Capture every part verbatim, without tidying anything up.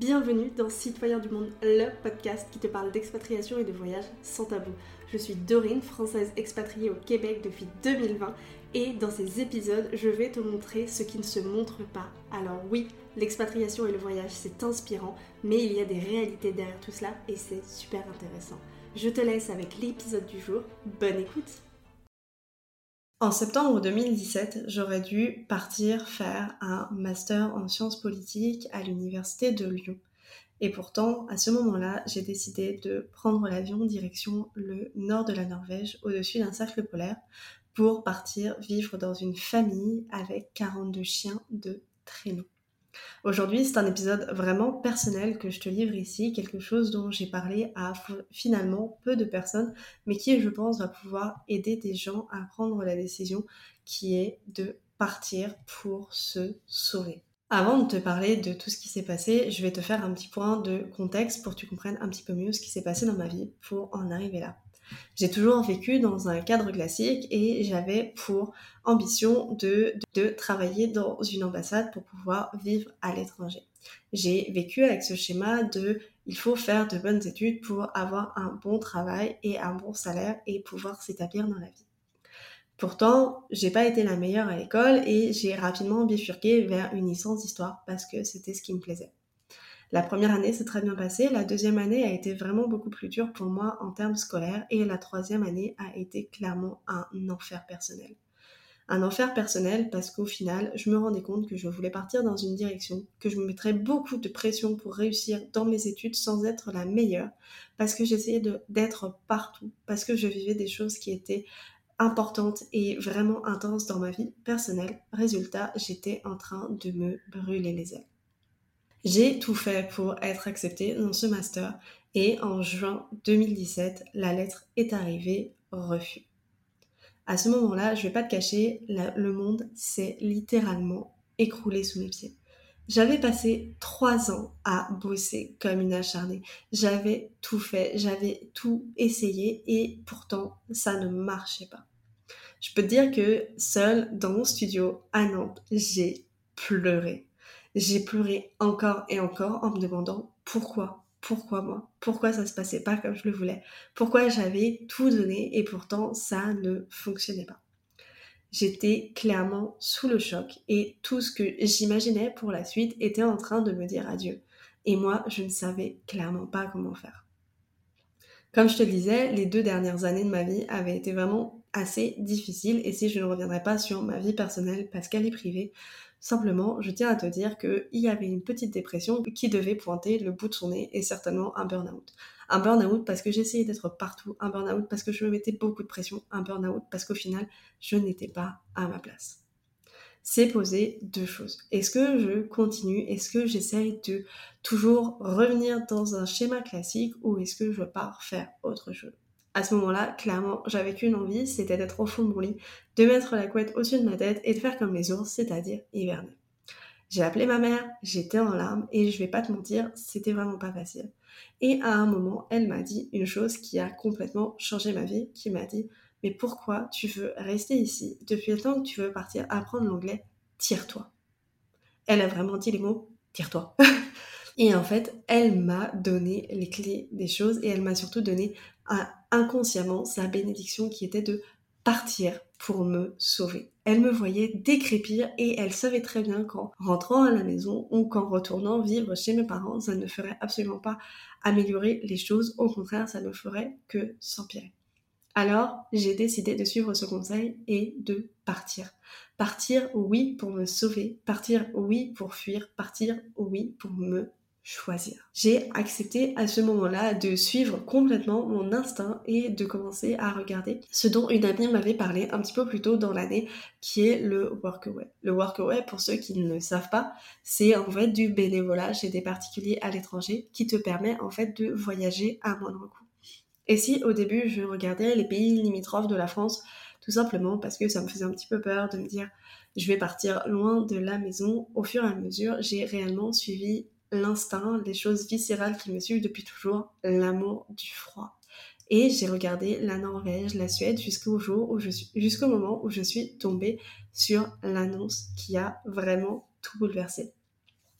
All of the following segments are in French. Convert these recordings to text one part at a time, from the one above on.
bienvenue dans Citoyens du Monde, le podcast qui te parle d'expatriation et de voyage sans tabou. Je suis Dorine, française expatriée au Québec depuis deux mille vingt et dans ces épisodes, je vais te montrer ce qui ne se montre pas. Alors oui, l'expatriation et le voyage c'est inspirant, mais il y a des réalités derrière tout cela et c'est super intéressant. Je te laisse avec l'épisode du jour, bonne écoute! En septembre deux mille dix-sept, j'aurais dû partir faire un master en sciences politiques à l'université de Lyon. Et pourtant, à ce moment-là, j'ai décidé de prendre l'avion direction le nord de la Norvège, au-dessus d'un cercle polaire, pour partir vivre dans une famille avec quarante-deux chiens de traîneau. Aujourd'hui, c'est un épisode vraiment personnel que je te livre ici, quelque chose dont j'ai parlé à finalement peu de personnes, mais qui, je pense, va pouvoir aider des gens à prendre la décision qui est de partir pour se sauver. Avant de te parler de tout ce qui s'est passé, je vais te faire un petit point de contexte pour que tu comprennes un petit peu mieux ce qui s'est passé dans ma vie pour en arriver là. J'ai toujours vécu dans un cadre classique et j'avais pour ambition de, de, de travailler dans une ambassade pour pouvoir vivre à l'étranger. J'ai vécu avec ce schéma de il faut faire de bonnes études pour avoir un bon travail et un bon salaire et pouvoir s'établir dans la vie. Pourtant, j'ai pas été la meilleure à l'école et j'ai rapidement bifurqué vers une licence d'histoire parce que c'était ce qui me plaisait. La première année s'est très bien passée, la deuxième année a été vraiment beaucoup plus dure pour moi en termes scolaires et la troisième année a été clairement un enfer personnel. Un enfer personnel parce qu'au final, je me rendais compte que je voulais partir dans une direction, que je me mettrais beaucoup de pression pour réussir dans mes études sans être la meilleure, parce que j'essayais de, d'être partout, parce que je vivais des choses qui étaient importantes et vraiment intenses dans ma vie personnelle. Résultat, j'étais en train de me brûler les ailes. J'ai tout fait pour être acceptée dans ce master et en juin deux mille dix-sept, la lettre est arrivée, refus. À ce moment-là, je vais pas te cacher, la, le monde s'est littéralement écroulé sous mes pieds. J'avais passé trois ans à bosser comme une acharnée. J'avais tout fait, j'avais tout essayé et pourtant, ça ne marchait pas. Je peux te dire que seule dans mon studio à Nantes, j'ai pleuré. J'ai pleuré encore et encore en me demandant pourquoi, pourquoi moi, pourquoi ça se passait pas comme je le voulais, pourquoi j'avais tout donné et pourtant ça ne fonctionnait pas. J'étais clairement sous le choc et tout ce que j'imaginais pour la suite était en train de me dire adieu. Et moi, je ne savais clairement pas comment faire. Comme je te le disais, les deux dernières années de ma vie avaient été vraiment assez difficiles et si je ne reviendrai pas sur ma vie personnelle parce qu'elle est privée, simplement, je tiens à te dire qu'il y avait une petite dépression qui devait pointer le bout de son nez et certainement un burn-out. Un burn-out parce que j'essayais d'être partout, un burn-out parce que je me mettais beaucoup de pression, un burn-out parce qu'au final, je n'étais pas à ma place. C'est poser deux choses. Est-ce que je continue? Est-ce que j'essaye de toujours revenir dans un schéma classique ou est-ce que je pars faire autre chose? À ce moment-là, clairement, j'avais qu'une envie, c'était d'être au fond de mon lit, de mettre la couette au-dessus de ma tête et de faire comme les ours, c'est-à-dire hiverner. J'ai appelé ma mère, j'étais en larmes et je vais pas te mentir, c'était vraiment pas facile. Et à un moment, elle m'a dit une chose qui a complètement changé ma vie, qui m'a dit « Mais pourquoi tu veux rester ici? Depuis le temps que tu veux partir apprendre l'anglais, tire-toi. » Elle a vraiment dit les mots « tire-toi ». Et en fait, elle m'a donné les clés des choses et elle m'a surtout donné un, inconsciemment sa bénédiction qui était de partir pour me sauver. Elle me voyait décrépir et elle savait très bien qu'en rentrant à la maison ou qu'en retournant vivre chez mes parents, ça ne ferait absolument pas améliorer les choses. Au contraire, ça ne ferait que s'empirer. Alors, j'ai décidé de suivre ce conseil et de partir. Partir, oui, pour me sauver. Partir, oui, pour fuir. Partir, oui, pour me choisir. J'ai accepté à ce moment-là de suivre complètement mon instinct et de commencer à regarder ce dont une amie m'avait parlé un petit peu plus tôt dans l'année, qui est le workaway. Le workaway, pour ceux qui ne le savent pas, c'est en fait du bénévolat chez des particuliers à l'étranger qui te permet en fait de voyager à moindre coût. Et si au début je regardais les pays limitrophes de la France, tout simplement parce que ça me faisait un petit peu peur de me dire je vais partir loin de la maison, au fur et à mesure j'ai réellement suivi l'instinct, les choses viscérales qui me suivent depuis toujours, l'amour du froid. Et j'ai regardé la Norvège, la Suède jusqu'au jour où je suis, jusqu'au moment où je suis tombée sur l'annonce qui a vraiment tout bouleversé.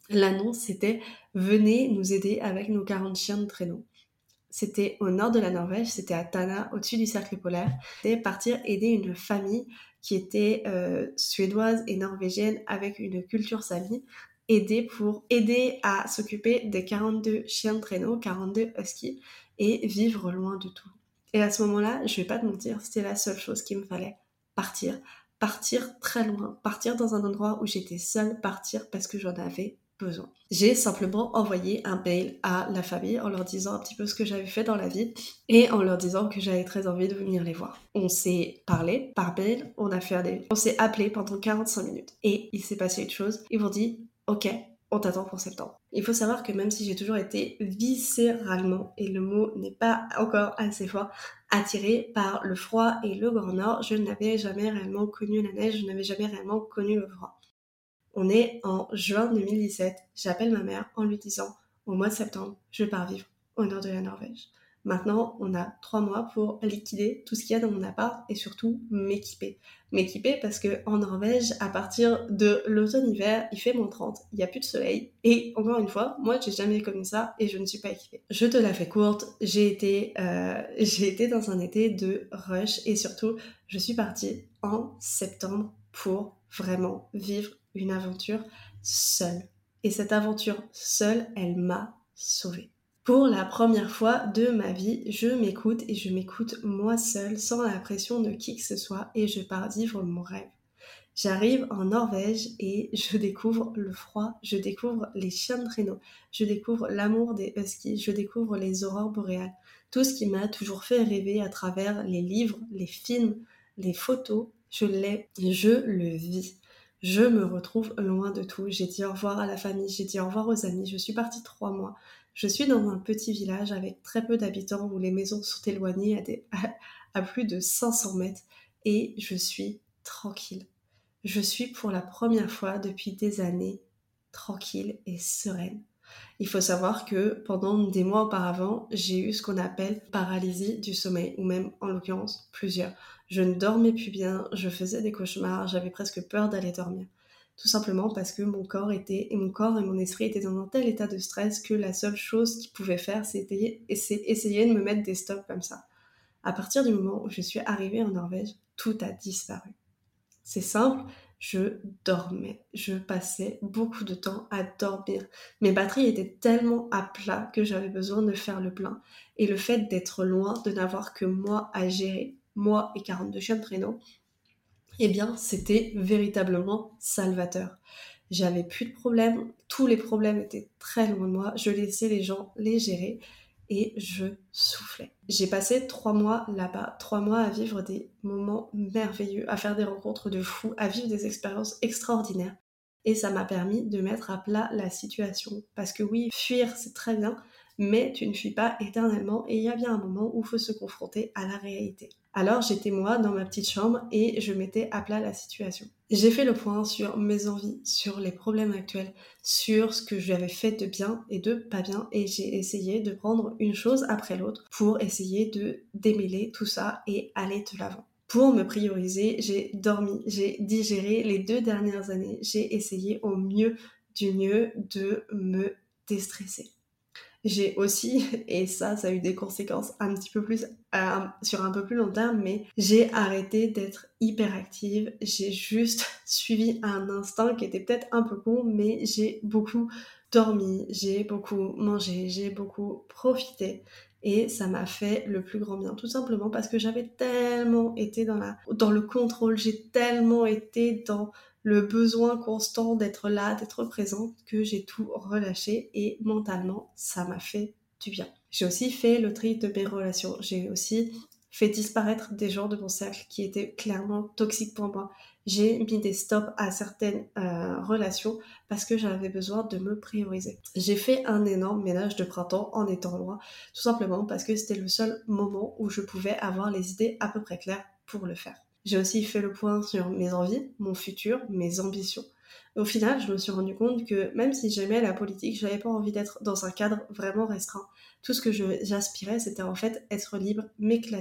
L'annonce, c'était « Venez nous aider avec nos quarante chiens de traîneau ». C'était au nord de la Norvège, c'était à Tana, au-dessus du cercle polaire. C'était partir aider une famille qui était euh, suédoise et norvégienne avec une culture sami, aider pour aider à s'occuper des quarante-deux chiens de traîneau, quarante-deux huskies, et vivre loin de tout. Et à ce moment-là, je vais pas te mentir, c'était la seule chose qu'il me fallait, partir. Partir très loin, partir dans un endroit où j'étais seule, partir parce que j'en avais besoin. J'ai simplement envoyé un mail à la famille en leur disant un petit peu ce que j'avais fait dans la vie et en leur disant que j'avais très envie de venir les voir. On s'est parlé par mail, on a fait des... on s'est appelé pendant quarante-cinq minutes et il s'est passé une chose. Ils m'ont dit « Ok, on t'attend pour septembre ». Il faut savoir que même si j'ai toujours été viscéralement, et le mot n'est pas encore assez fort, attirée par le froid et le Grand Nord, je n'avais jamais réellement connu la neige, je n'avais jamais réellement connu le froid. On est en juin deux mille dix-sept, j'appelle ma mère en lui disant « Au mois de septembre, je pars vivre au nord de la Norvège ». Maintenant, on a trois mois pour liquider tout ce qu'il y a dans mon appart et surtout m'équiper. M'équiper parce qu'en Norvège, à partir de l'automne-hiver, il fait moins trente, il n'y a plus de soleil. Et encore une fois, moi, j'ai jamais connu ça et je ne suis pas équipée. Je te la fais courte, j'ai été, euh, j'ai été dans un été de rush et surtout, je suis partie en septembre pour vraiment vivre une aventure seule. Et cette aventure seule, elle m'a sauvée. Pour la première fois de ma vie, je m'écoute et je m'écoute moi seule, sans la pression de qui que ce soit, et je pars vivre mon rêve. J'arrive en Norvège et je découvre le froid, je découvre les chiens de traîneau, je découvre l'amour des huskies, je découvre les aurores boréales. Tout ce qui m'a toujours fait rêver à travers les livres, les films, les photos, je l'ai, je le vis. Je me retrouve loin de tout. J'ai dit au revoir à la famille, j'ai dit au revoir aux amis. Je suis partie trois mois. Je suis dans un petit village avec très peu d'habitants où les maisons sont éloignées à, des, à, à plus de cinq cents mètres et je suis tranquille. Je suis pour la première fois depuis des années tranquille et sereine. Il faut savoir que pendant des mois auparavant, j'ai eu ce qu'on appelle paralysie du sommeil, ou même en l'occurrence plusieurs. Je ne dormais plus bien, je faisais des cauchemars, j'avais presque peur d'aller dormir. Tout simplement parce que mon corps était, et mon corps et mon esprit étaient dans un tel état de stress que la seule chose qu'ils pouvaient faire, c'était essayer de me mettre des stops comme ça. À partir du moment où je suis arrivée en Norvège, tout a disparu. C'est simple, je dormais. Je passais beaucoup de temps à dormir. Mes batteries étaient tellement à plat que j'avais besoin de faire le plein. Et le fait d'être loin, de n'avoir que moi à gérer, moi et quarante-deux chiens de traîneau, eh bien, c'était véritablement salvateur. J'avais plus de problèmes, tous les problèmes étaient très loin de moi, je laissais les gens les gérer et je soufflais. J'ai passé trois mois là-bas, trois mois à vivre des moments merveilleux, à faire des rencontres de fous, à vivre des expériences extraordinaires. Et ça m'a permis de mettre à plat la situation. Parce que oui, fuir, c'est très bien, mais tu ne fuis pas éternellement et il y a bien un moment où il faut se confronter à la réalité. Alors j'étais moi dans ma petite chambre et je mettais à plat la situation. J'ai fait le point sur mes envies, sur les problèmes actuels, sur ce que j'avais fait de bien et de pas bien et j'ai essayé de prendre une chose après l'autre pour essayer de démêler tout ça et aller de l'avant. Pour me prioriser, j'ai dormi, j'ai digéré les deux dernières années, j'ai essayé au mieux du mieux de me déstresser. J'ai aussi, et ça, ça a eu des conséquences un petit peu plus, euh, sur un peu plus long terme, mais j'ai arrêté d'être hyperactive, j'ai juste suivi un instinct qui était peut-être un peu con, mais j'ai beaucoup dormi, j'ai beaucoup mangé, j'ai beaucoup profité. Et ça m'a fait le plus grand bien, tout simplement parce que j'avais tellement été dans, la, dans le contrôle, j'ai tellement été dans le besoin constant d'être là, d'être présente, que j'ai tout relâché et mentalement, ça m'a fait du bien. J'ai aussi fait le tri de mes relations, j'ai aussi fait disparaître des gens de mon cercle qui étaient clairement toxiques pour moi. J'ai mis des stops à certaines euh, relations parce que j'avais besoin de me prioriser. J'ai fait un énorme ménage de printemps en étant loin, tout simplement parce que c'était le seul moment où je pouvais avoir les idées à peu près claires pour le faire. J'ai aussi fait le point sur mes envies, mon futur, mes ambitions. Au final, je me suis rendu compte que même si j'aimais la politique, j'avais pas envie d'être dans un cadre vraiment restreint. Tout ce que je, j'aspirais, c'était en fait être libre, m'éclater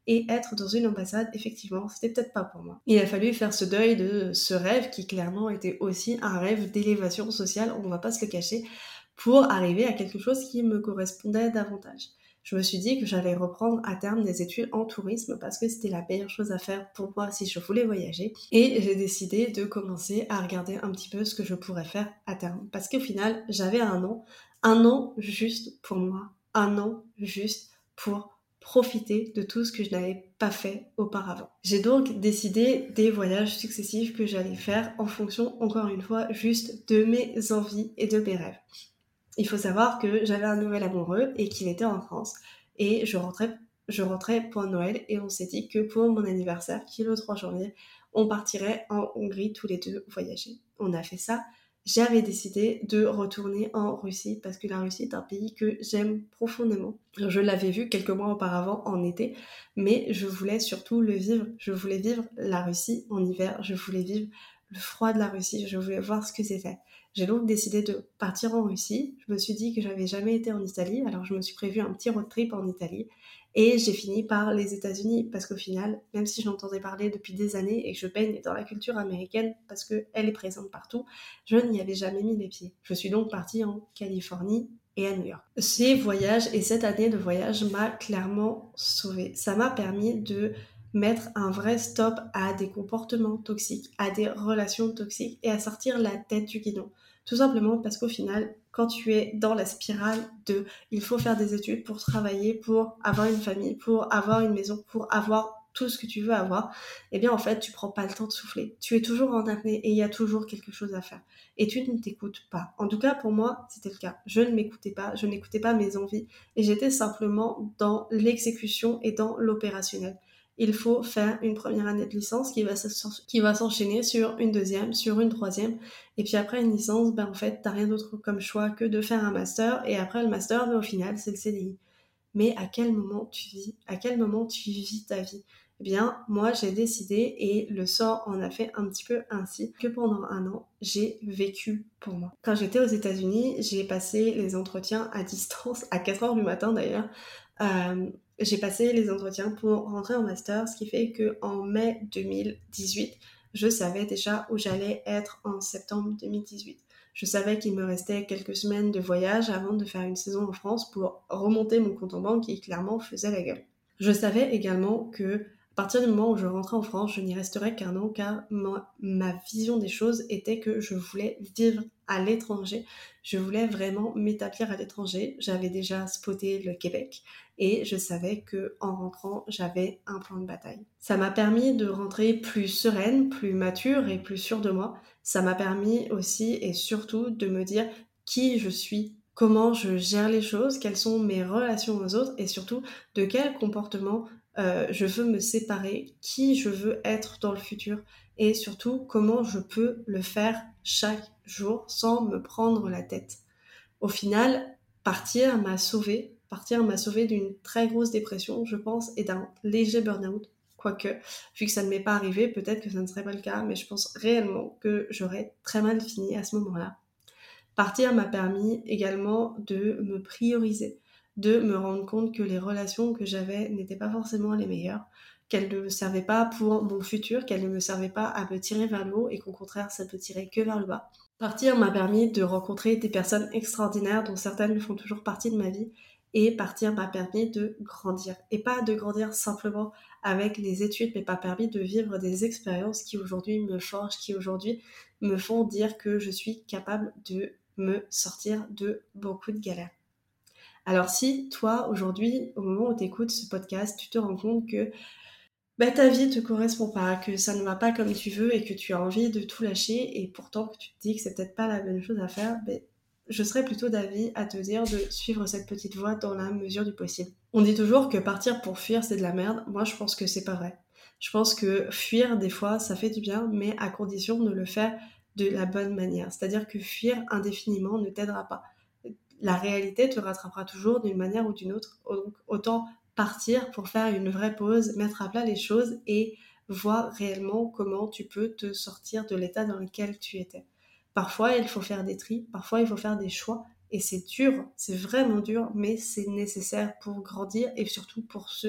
et être dans une ambassade, effectivement, c'était peut-être pas pour moi. Il a fallu faire ce deuil de ce rêve qui clairement était aussi un rêve d'élévation sociale, on va pas se le cacher, pour arriver à quelque chose qui me correspondait davantage. Je me suis dit que j'allais reprendre à terme des études en tourisme parce que c'était la meilleure chose à faire pour moi si je voulais voyager. Et j'ai décidé de commencer à regarder un petit peu ce que je pourrais faire à terme. Parce qu'au final, j'avais un an, un an juste pour moi, un an juste pour profiter de tout ce que je n'avais pas fait auparavant. J'ai donc décidé des voyages successifs que j'allais faire en fonction, encore une fois, juste de mes envies et de mes rêves. Il faut savoir que j'avais un nouvel amoureux et qu'il était en France et je rentrais, je rentrais pour Noël et on s'est dit que pour mon anniversaire, qui est le trois janvier, on partirait en Hongrie tous les deux voyager. On a fait ça. J'avais décidé de retourner en Russie parce que la Russie est un pays que j'aime profondément. Je l'avais vu quelques mois auparavant en été, mais je voulais surtout le vivre. Je voulais vivre la Russie en hiver, je voulais vivre le froid de la Russie, je voulais voir ce que c'était. J'ai donc décidé de partir en Russie. Je me suis dit que j'avais jamais été en Italie, alors je me suis prévu un petit road trip en Italie. Et j'ai fini par les États-Unis parce qu'au final, même si j'entendais parler depuis des années et que je baigne dans la culture américaine parce qu'elle est présente partout, je n'y avais jamais mis les pieds. Je suis donc partie en Californie et à New York. Ces voyages et cette année de voyage m'a clairement sauvée. Ça m'a permis de mettre un vrai stop à des comportements toxiques, à des relations toxiques et à sortir la tête du guidon. Tout simplement parce qu'au final, quand tu es dans la spirale de il faut faire des études pour travailler, pour avoir une famille, pour avoir une maison, pour avoir tout ce que tu veux avoir, eh bien en fait tu prends pas le temps de souffler. Tu es toujours en apnée et il y a toujours quelque chose à faire. Et tu ne t'écoutes pas. En tout cas pour moi c'était le cas. Je ne m'écoutais pas, je n'écoutais pas mes envies et j'étais simplement dans l'exécution et dans l'opérationnel. Il faut faire une première année de licence qui va, qui va s'enchaîner sur une deuxième, sur une troisième. Et puis après une licence, ben en fait, t'as rien d'autre comme choix que de faire un master. Et après le master, ben au final, c'est le C D I. Mais à quel moment tu vis? À quel moment tu vis ta vie? Eh bien, moi, j'ai décidé, et le sort en a fait un petit peu ainsi, que pendant un an, j'ai vécu pour moi. Quand j'étais aux États-Unis, j'ai passé les entretiens à distance, à quatre heures du matin d'ailleurs. Euh, j'ai passé les entretiens pour rentrer en master, ce qui fait qu'en mai deux mille dix-huit, je savais déjà où j'allais être en septembre deux mille dix-huit. Je savais qu'il me restait quelques semaines de voyage avant de faire une saison en France pour remonter mon compte en banque qui clairement faisait la gueule. Je savais également que à partir du moment où je rentrais en France, je n'y resterais qu'un an car ma, ma vision des choses était que je voulais vivre à l'étranger. Je voulais vraiment m'établir à l'étranger. J'avais déjà spoté le Québec et je savais que en rentrant, j'avais un plan de bataille. Ça m'a permis de rentrer plus sereine, plus mature et plus sûre de moi. Ça m'a permis aussi et surtout de me dire qui je suis, comment je gère les choses, quelles sont mes relations aux autres et surtout de quel comportement euh, je veux me séparer, qui je veux être dans le futur et surtout comment je peux le faire chaque jour sans me prendre la tête. Au final, partir m'a sauvée, partir m'a sauvée d'une très grosse dépression, je pense, et d'un léger burn-out. Quoique, vu que ça ne m'est pas arrivé, peut-être que ça ne serait pas le cas, mais je pense réellement que j'aurais très mal fini à ce moment-là. Partir m'a permis également de me prioriser, de me rendre compte que les relations que j'avais n'étaient pas forcément les meilleures, qu'elles ne me servaient pas pour mon futur, qu'elles ne me servaient pas à me tirer vers le haut et qu'au contraire, ça me tirait que vers le bas. Partir m'a permis de rencontrer des personnes extraordinaires dont certaines font toujours partie de ma vie et partir m'a permis de grandir. Et pas de grandir simplement avec les études, mais m'a permis de vivre des expériences qui aujourd'hui me forgent, qui aujourd'hui me font dire que je suis capable de me sortir de beaucoup de galères. Alors si toi, aujourd'hui, au moment où tu écoutes ce podcast, tu te rends compte que bah, ta vie te correspond pas, que ça ne va pas comme tu veux et que tu as envie de tout lâcher et pourtant que tu te dis que c'est peut-être pas la bonne chose à faire, bah, je serais plutôt d'avis à te dire de suivre cette petite voie dans la mesure du possible. On dit toujours que partir pour fuir c'est de la merde, moi je pense que c'est pas vrai. Je pense que fuir des fois ça fait du bien, mais à condition de le faire de la bonne manière. C'est-à-dire que fuir indéfiniment ne t'aidera pas. La réalité te rattrapera toujours d'une manière ou d'une autre, donc autant partir pour faire une vraie pause, mettre à plat les choses et voir réellement comment tu peux te sortir de l'état dans lequel tu étais. Parfois, il faut faire des tris, parfois il faut faire des choix et c'est dur, c'est vraiment dur, mais c'est nécessaire pour grandir et surtout pour se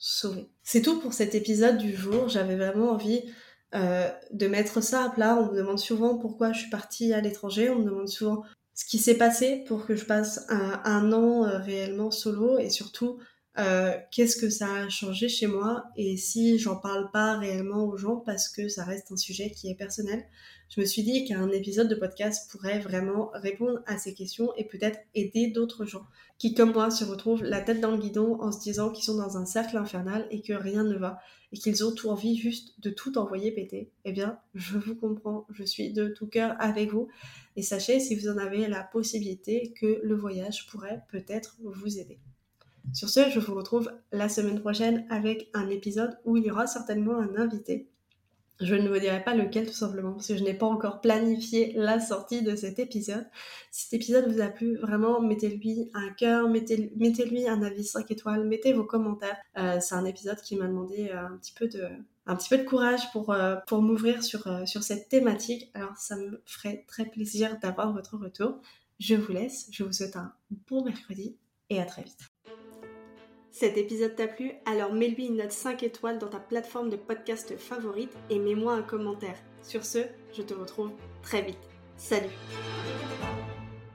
sauver. C'est tout pour cet épisode du jour. J'avais vraiment envie euh, de mettre ça à plat. On me demande souvent pourquoi je suis partie à l'étranger. On me demande souvent ce qui s'est passé pour que je passe un, un an euh, réellement solo et surtout euh, qu'est-ce que ça a changé chez moi et si j'en parle pas réellement aux gens parce que ça reste un sujet qui est personnel. Je me suis dit qu'un épisode de podcast pourrait vraiment répondre à ces questions et peut-être aider d'autres gens qui, comme moi, se retrouvent la tête dans le guidon en se disant qu'ils sont dans un cercle infernal et que rien ne va et qu'ils ont tout envie juste de tout envoyer péter. Eh bien, je vous comprends, je suis de tout cœur avec vous et sachez, si vous en avez la possibilité, que le voyage pourrait peut-être vous aider. Sur ce, je vous retrouve la semaine prochaine avec un épisode où il y aura certainement un invité. Je ne vous dirai pas lequel tout simplement parce que je n'ai pas encore planifié la sortie de cet épisode. Si cet épisode vous a plu, vraiment mettez-lui un cœur, mettez, mettez-lui un avis cinq étoiles, mettez vos commentaires. Euh, c'est un épisode qui m'a demandé euh, un petit peu de, un petit peu de courage pour, euh, pour m'ouvrir sur, euh, sur cette thématique. Alors ça me ferait très plaisir d'avoir votre retour. Je vous laisse, je vous souhaite un bon mercredi et à très vite. Cet épisode t'a plu? Alors mets-lui une note cinq étoiles dans ta plateforme de podcast favorite et mets-moi un commentaire. Sur ce, je te retrouve très vite. Salut!